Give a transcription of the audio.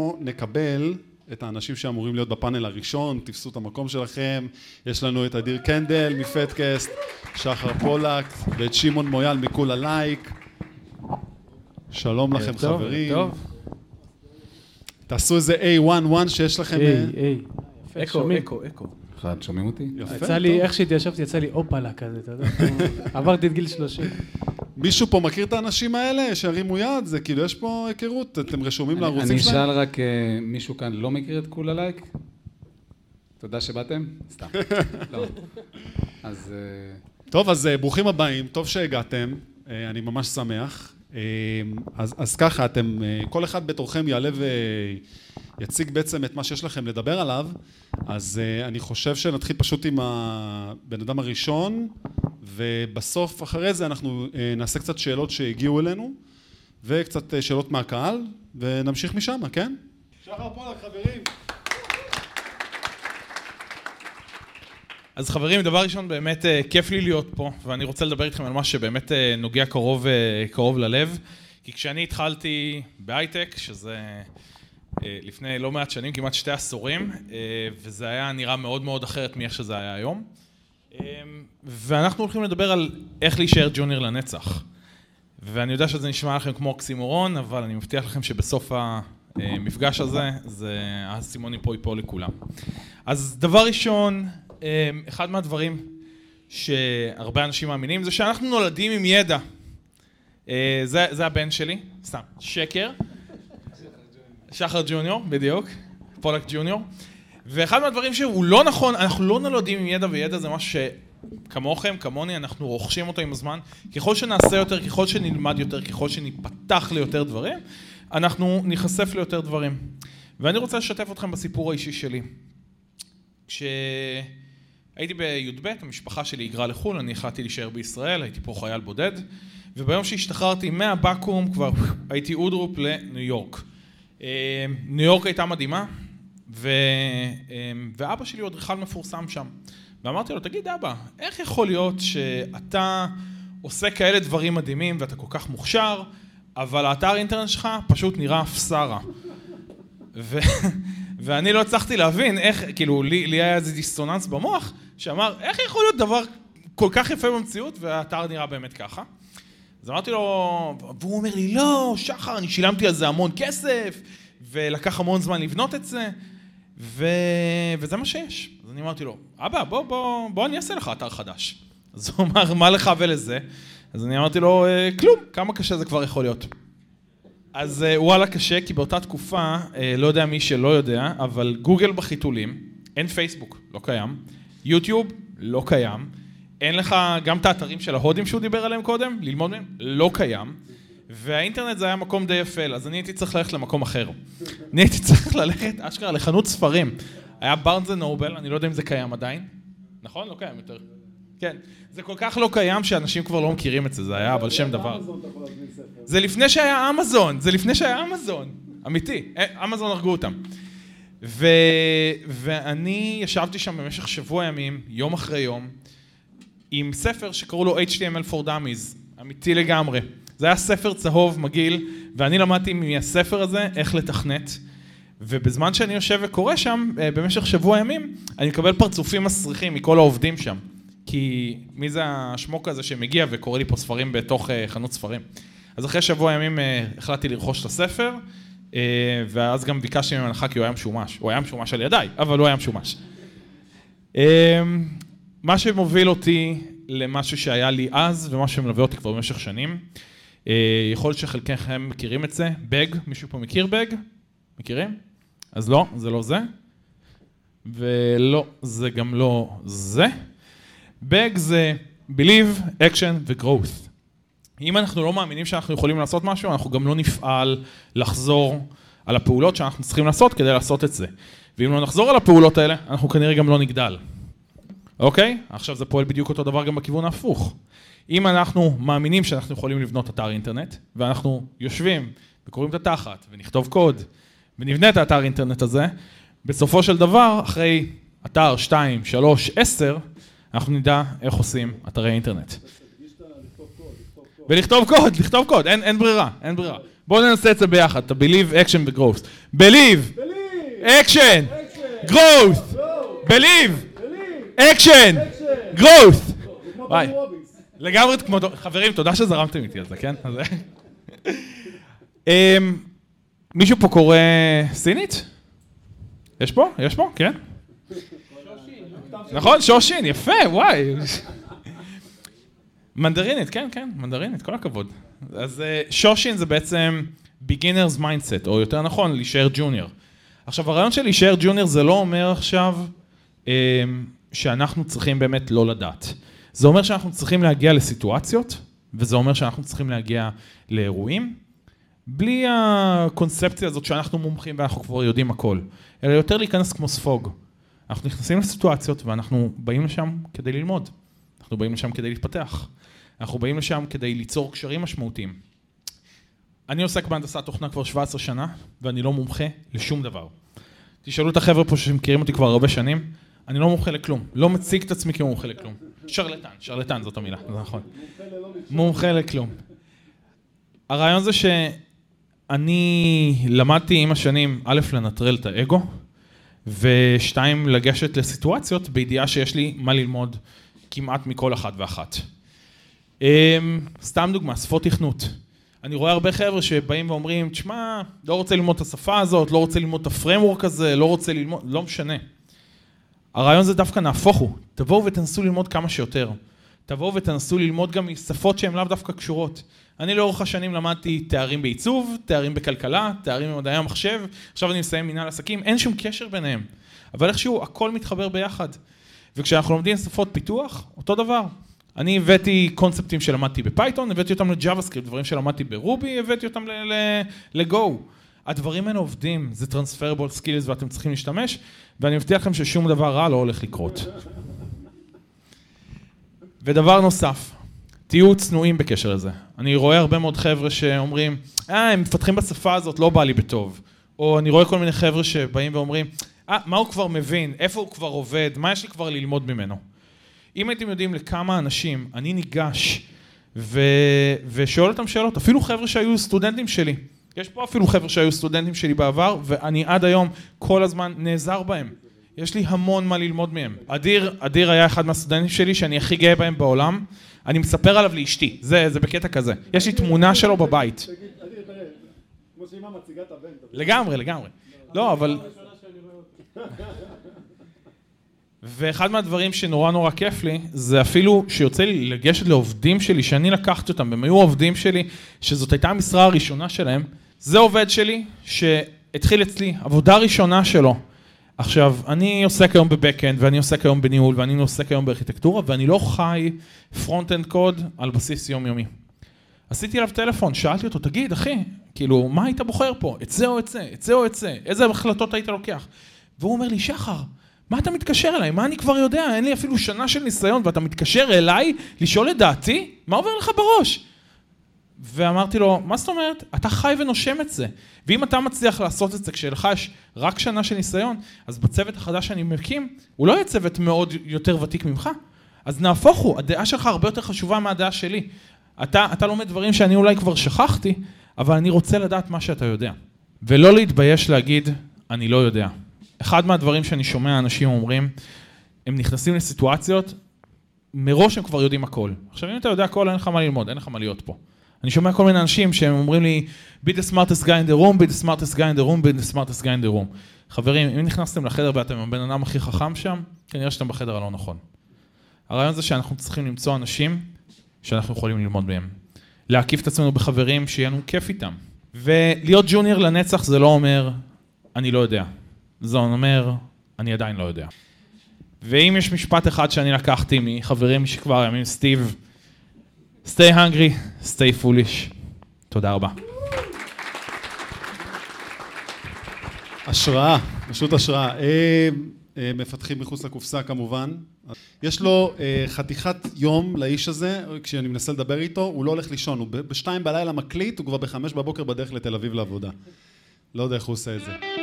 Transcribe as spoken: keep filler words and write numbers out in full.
בואו נקבל את האנשים שאמורים להיות בפאנל הראשון, תפסו את המקום שלכם. יש לנו את אדיר קנדל מפטקאסט, שחר פולק ואת שמעון מויאל מכולה לייק. שלום לכם חברים. תעשו איזה איי אחת אחת שיש לכם... איי, איי. אקו, אקו, אקו. אחד, שומעים אותי? יצא לי, איך שהתיישבתי, יצא לי אופלה כזה, אתה יודע, עברתי את גיל שלושים. מישהו פה מכיר את האנשים האלה שהרימו יד? זה כאילו, יש פה היכרות, אתם רשומים לערוצים אני שלהם? אשאל רק, מישהו כאן לא מכיר את כולה לייק? תודה שבאתם? סתם. לא. אז... טוב, אז ברוכים הבאים, טוב שהגעתם, אני ממש שמח. אז, אז ככה, אתם, כל אחד בתורכם יעלה ויציג בעצם את מה שיש לכם לדבר עליו, אז אני חושב שנתחיל פשוט עם הבן אדם הראשון, ובסוף אחרי זה אנחנו נעשה קצת שאלות שהגיעו אלינו, וקצת שאלות מהקהל, ונמשיך משם, כן? שחר פולק, חברים. אז חברים, דבר ראשון, באמת כיף לי להיות פה, ואני רוצה לדבר איתכם על מה שבאמת נוגע קרוב, קרוב ללב, כי כשאני התחלתי בהייטק, שזה לפני לא מעט שנים, כמעט שתי עשורים, וזה היה נראה מאוד מאוד אחרת מאיך שזה היה היום, ואנחנו הולכים לדבר על איך להישאר ג'וניור לנצח, ואני יודע שזה נשמע לכם כמו אוקסימורון, אבל אני מבטיח לכם שבסוף המפגש הזה, זה הסימונים פה ייפול לכולם. אז דבר ראשון, אחד מהדברים שהרבה אנשים מאמינים זה שאנחנו נולדים עם ידע. זה, זה הבן שלי, סתם, שקר. שחר ג'וניור, בדיוק, פולק ג'וניור. ואחד מהדברים שהוא לא נכון, אנחנו לא נולדים עם ידע, וידע זה משהו שכמוכם, כמוני, אנחנו רוכשים אותו עם הזמן. ככל שנעשה יותר, ככל שנלמד יותר, ככל שניפתח ליותר דברים, אנחנו ניחשף ליותר דברים. ואני רוצה לשתף אתכם בסיפור האישי שלי. כשהייתי בי"ב, המשפחה שלי היגרה לחו"ל, אני החלטתי להישאר בישראל, הייתי פה חייל בודד, וביום שהשתחררתי מהבקו"ם כבר הייתי אודרופ לניו יורק. ניו יורק הייתה מדהימה, ו... ואבא שלי הוא אדריכל מפורסם שם. ואמרתי לו, תגיד אבא, איך יכול להיות שאתה עושה כאלה דברים מדהימים ואתה כל כך מוכשר, אבל האתר אינטרנט שלך פשוט נראה אפסרה. ו... ואני לא הצלחתי להבין איך, כאילו, לי, לי היה איזה דיסטוננס במוח, שאמר, איך יכול להיות דבר כל כך יפה במציאות, והאתר נראה באמת ככה. אז אמרתי לו, והוא אומר לי, לא, שחר, אני שילמתי על זה המון כסף, ולקח המון זמן לבנות את זה, ו... וזה מה שיש. אז אני אמרתי לו, אבא, בוא, בוא, בוא אני אעשה לך אתר חדש. אז הוא אמר, מה לך ולזה? אז אני אמרתי לו, כלום, כמה קשה זה כבר יכול להיות. אז וואלה קשה, כי באותה תקופה, לא יודע מי שלא יודע, אבל גוגל בחיתולים, אין פייסבוק, לא קיים, יוטיוב, לא קיים, אין לך גם את האתרים של ההודים שהוא דיבר עליהם קודם, ללמוד מהם, לא קיים, והאינטרנט זה היה מקום די יפה, אז אני הייתי צריך ללכת למקום אחר. אני הייתי צריך ללכת, אשכרה, לחנות ספרים. היה בארנס אנד נובל, אני לא יודע אם זה קיים עדיין, נכון? לא קיים יותר. כן, זה כל כך לא קיים שאנשים כבר לא מכירים את זה, זה היה אבל שם דבר. זה לפני שהיה אמזון, זה לפני שהיה אמזון, אמיתי, אמזון הרגו אותם. ו... ואני ישבתי שם במשך שבוע ימים, יום אחרי יום, עם ספר שקראו לו אייץ' טי אם אל for Dummies, אמיתי לגמרי. זה היה ספר צהוב, מגעיל, ואני למדתי מהספר הזה איך לתכנת, ובזמן שאני יושב וקורא שם, במשך שבוע ימים, אני מקבל פרצופים מסריחים מכל העובדים שם. כי מי זה השמוק הזה שמגיע וקורא לי פה ספרים בתוך חנות ספרים. אז אחרי שבוע ימים החלטתי לרכוש את הספר, ואז גם ביקשתי ממנו הנחה כי הוא היה משומש. הוא היה משומש על ידיי, אבל הוא היה משומש. מה שמוביל אותי למשהו שהיה לי אז, ומה שמלווה אותי כבר במשך שנים, יכול להיות שחלקכם מכירים את זה, בג, מישהו פה מכיר בג? מכירים? אז לא, זה לא זה. ולא, זה גם לא זה. בג זה Believe, Action ו-Growth. אם אנחנו לא מאמינים שאנחנו יכולים לעשות משהו, אנחנו גם לא נפעל לחזור על הפעולות שאנחנו צריכים לעשות כדי לעשות את זה. ואם לא נחזור על הפעולות האלה, אנחנו כנראה גם לא נגדל. אוקיי? עכשיו זה פועל בדיוק אותו דבר גם בכיוון ההפוך. אם אנחנו מאמינים שאנחנו יכולים לבנות אתר אינטרנט, ואנחנו יושבים וקוראים את התחת ונכתוב קוד, ונבנה את האתר אינטרנט הזה, בסופו של דבר, אחרי אתר שתיים, שלוש, עשר, אנחנו נדע איך עושים אתרי אינטרנט. ולכתוב קוד, לכתוב קוד, אין, אין ברירה, אין ברירה. בואו ננסה את זה ביחד, אתה believe, action ו-growth. believe, action, growth, believe, action, growth. ביי. לגמרי כמו... חברים, תודה שזרמתם איתי על זה, כן? מישהו פה קורא סינית? יש פה? יש פה? כן? נכון, שושין, יפה, וואי. מנדרינית, כן, כן, מנדרינית, כל הכבוד. אז שושין זה בעצם beginner's mindset, או יותר נכון, להישאר ג'וניור. עכשיו, הרעיון של להישאר ג'וניור זה לא אומר עכשיו שאנחנו צריכים באמת לא לדעת. זה אומר שאנחנו צריכים להגיע לסיטואציות, וזה אומר שאנחנו צריכים להגיע לאירועים, בלי הקונספציה הזאת שאנחנו מומחים ואנחנו כבר יודעים הכל, אלא יותר להיכנס כמו ספוג. אנחנו נכנסים לסיטואציות ואנחנו באים לשם כדי ללמוד. אנחנו באים לשם כדי להתפתח. אנחנו באים לשם כדי ליצור קשרים משמעותיים. אני עוסק בהנדסת תוכנה כבר שבע עשרה שנה, ואני לא מומחה לשום דבר. תשאלו את החבר'ה פה שמכירים אותי כבר הרבה שנים, אני לא מומחה לכלום. לא מציג את עצמי כמומחה לכלום. שרלטן, שרלטן זאת המילה, זה נכון. מומחה לכלום. הרעיון זה שאני למדתי עם השנים, א', לנטרל את האגו, ושתיים, לגשת לסיטואציות בידיעה שיש לי מה ללמוד כמעט מכל אחת ואחת. סתם דוגמה, שפות תכנות. אני רואה הרבה חבר'ה שבאים ואומרים, תשמע, לא רוצה ללמוד את השפה הזאת, לא רוצה ללמוד את הפריימוורק הזה, לא רוצה ללמוד, לא משנה. הרעיון זה דווקא נהפוך הוא, תבואו ותנסו ללמוד כמה שיותר. תבואו ותנסו ללמוד גם משפות שהן לאו דווקא קשורות. אני לאורך השנים למדתי תארים בעיצוב, תארים בכלכלה, תארים במדעי המחשב, עכשיו אני מסיים מנהל עסקים, אין שום קשר ביניהם. אבל איכשהו הכל מתחבר ביחד. וכשאנחנו לומדים שפות פיתוח, אותו דבר. אני הבאתי קונספטים שלמדתי בפייתון, הבאתי אותם לג'אווה-סקריפט, דברים שלמדתי ברובי, הבאתי אותם לגו. הדברים האלה עובדים, זה transferable skills ואתם צריכים להשתמש, ואני מבטיח לכם ששום דבר רע לא הולך לקרות. ודבר נוסף, תהיו צנועים בקשר לזה. אני רואה הרבה מאוד חבר'ה שאומרים, אה, הם מפתחים בשפה הזאת, לא בא לי בטוב. או אני רואה כל מיני חבר'ה שבאים ואומרים, אה, מה הוא כבר מבין? איפה הוא כבר עובד? מה יש לי כבר ללמוד ממנו? אם הייתם יודעים לכמה אנשים, אני ניגש ו... ושואל אותם שאלות, אפילו חבר'ה שהיו סטודנטים שלי. יש פה אפילו חבר'ה שהיו סטודנטים שלי בעבר, ואני עד היום כל הזמן נעזר בהם. יש לי המון מה ללמוד מהם. אדיר, אדיר היה אחד מהסטודנטים שלי שאני הכי גאה בהם בעולם. אני מספר עליו לאשתי, זה, זה בקטע כזה. יש לי תמונה שלו בבית. תגיד, אדיר, תראה, כמו שאמא מציגה את הבן. לגמרי, לגמרי. לא, אבל... ואחד מהדברים שנורא נורא כיף לי, זה אפילו שיוצא לי לגשת לעובדים שלי, שאני לקחתי אותם, והם היו עובדים שלי, שזאת הייתה המשרה הראשונה שלהם. זה עובד שלי שהתחיל אצלי, עבודה ראשונה שלו. עכשיו, אני עוסק היום בבקאנד, ואני עוסק היום בניהול, ואני עוסק היום בארכיטקטורה, ואני לא חי פרונט-אנד קוד על בסיס יומיומי. עשיתי אליו טלפון, שאלתי אותו, תגיד, אחי, כאילו, מה היית בוחר פה? את זה או את זה? את זה או את זה? איזה החלטות היית לוקח? והוא אומר לי, שחר, מה אתה מתקשר אליי? מה אני כבר יודע? אין לי אפילו שנה של ניסיון, ואתה מתקשר אליי לשאול את דעתי? מה עובר לך בראש? ואמרתי לו, מה זאת אומרת? אתה חי ונושם את זה. ואם אתה מצליח לעשות את זה כשלך יש רק שנה של ניסיון, אז בצוות החדש שאני מקים, הוא לא יהיה צוות מאוד יותר ותיק ממך. אז נהפוך הוא, הדעה שלך הרבה יותר חשובה מהדעה שלי. אתה, אתה לומד דברים שאני אולי כבר שכחתי, אבל אני רוצה לדעת מה שאתה יודע. ולא להתבייש להגיד, אני לא יודע. אחד מהדברים שאני שומע אנשים אומרים, הם נכנסים לסיטואציות, מראש הם כבר יודעים הכל. עכשיו, אם אתה יודע הכל, אין לך מה ללמוד, אין לך מה להיות פה. אני שומע כל מיני אנשים שהם אומרים לי, be the smartest guy in the room, be the smartest guy in the room, be the smartest guy in the room. חברים, אם נכנסתם לחדר ואתם הבן אדם הכי חכם שם, כנראה שאתם בחדר הלא נכון. הרעיון זה שאנחנו צריכים למצוא אנשים שאנחנו יכולים ללמוד מהם. להקיף את עצמנו בחברים שיהיה לנו כיף איתם. ולהיות ג'וניור לנצח זה לא אומר, אני לא יודע. זה אומר, אני עדיין לא יודע. ואם יש משפט אחד שאני לקחתי מחברים שכבר ימים, סטיב, stay hungry, stay foolish. תודה רבה. השראה, פשוט השראה. מפתחים מחוץ לקופסה כמובן. יש לו חתיכת יום לאיש הזה, כשאני מנסה לדבר איתו, הוא לא הולך לישון, הוא בשתיים בלילה מקליט, הוא כבר בחמש בבוקר בדרך לתל אביב לעבודה. לא יודע איך הוא עושה את זה.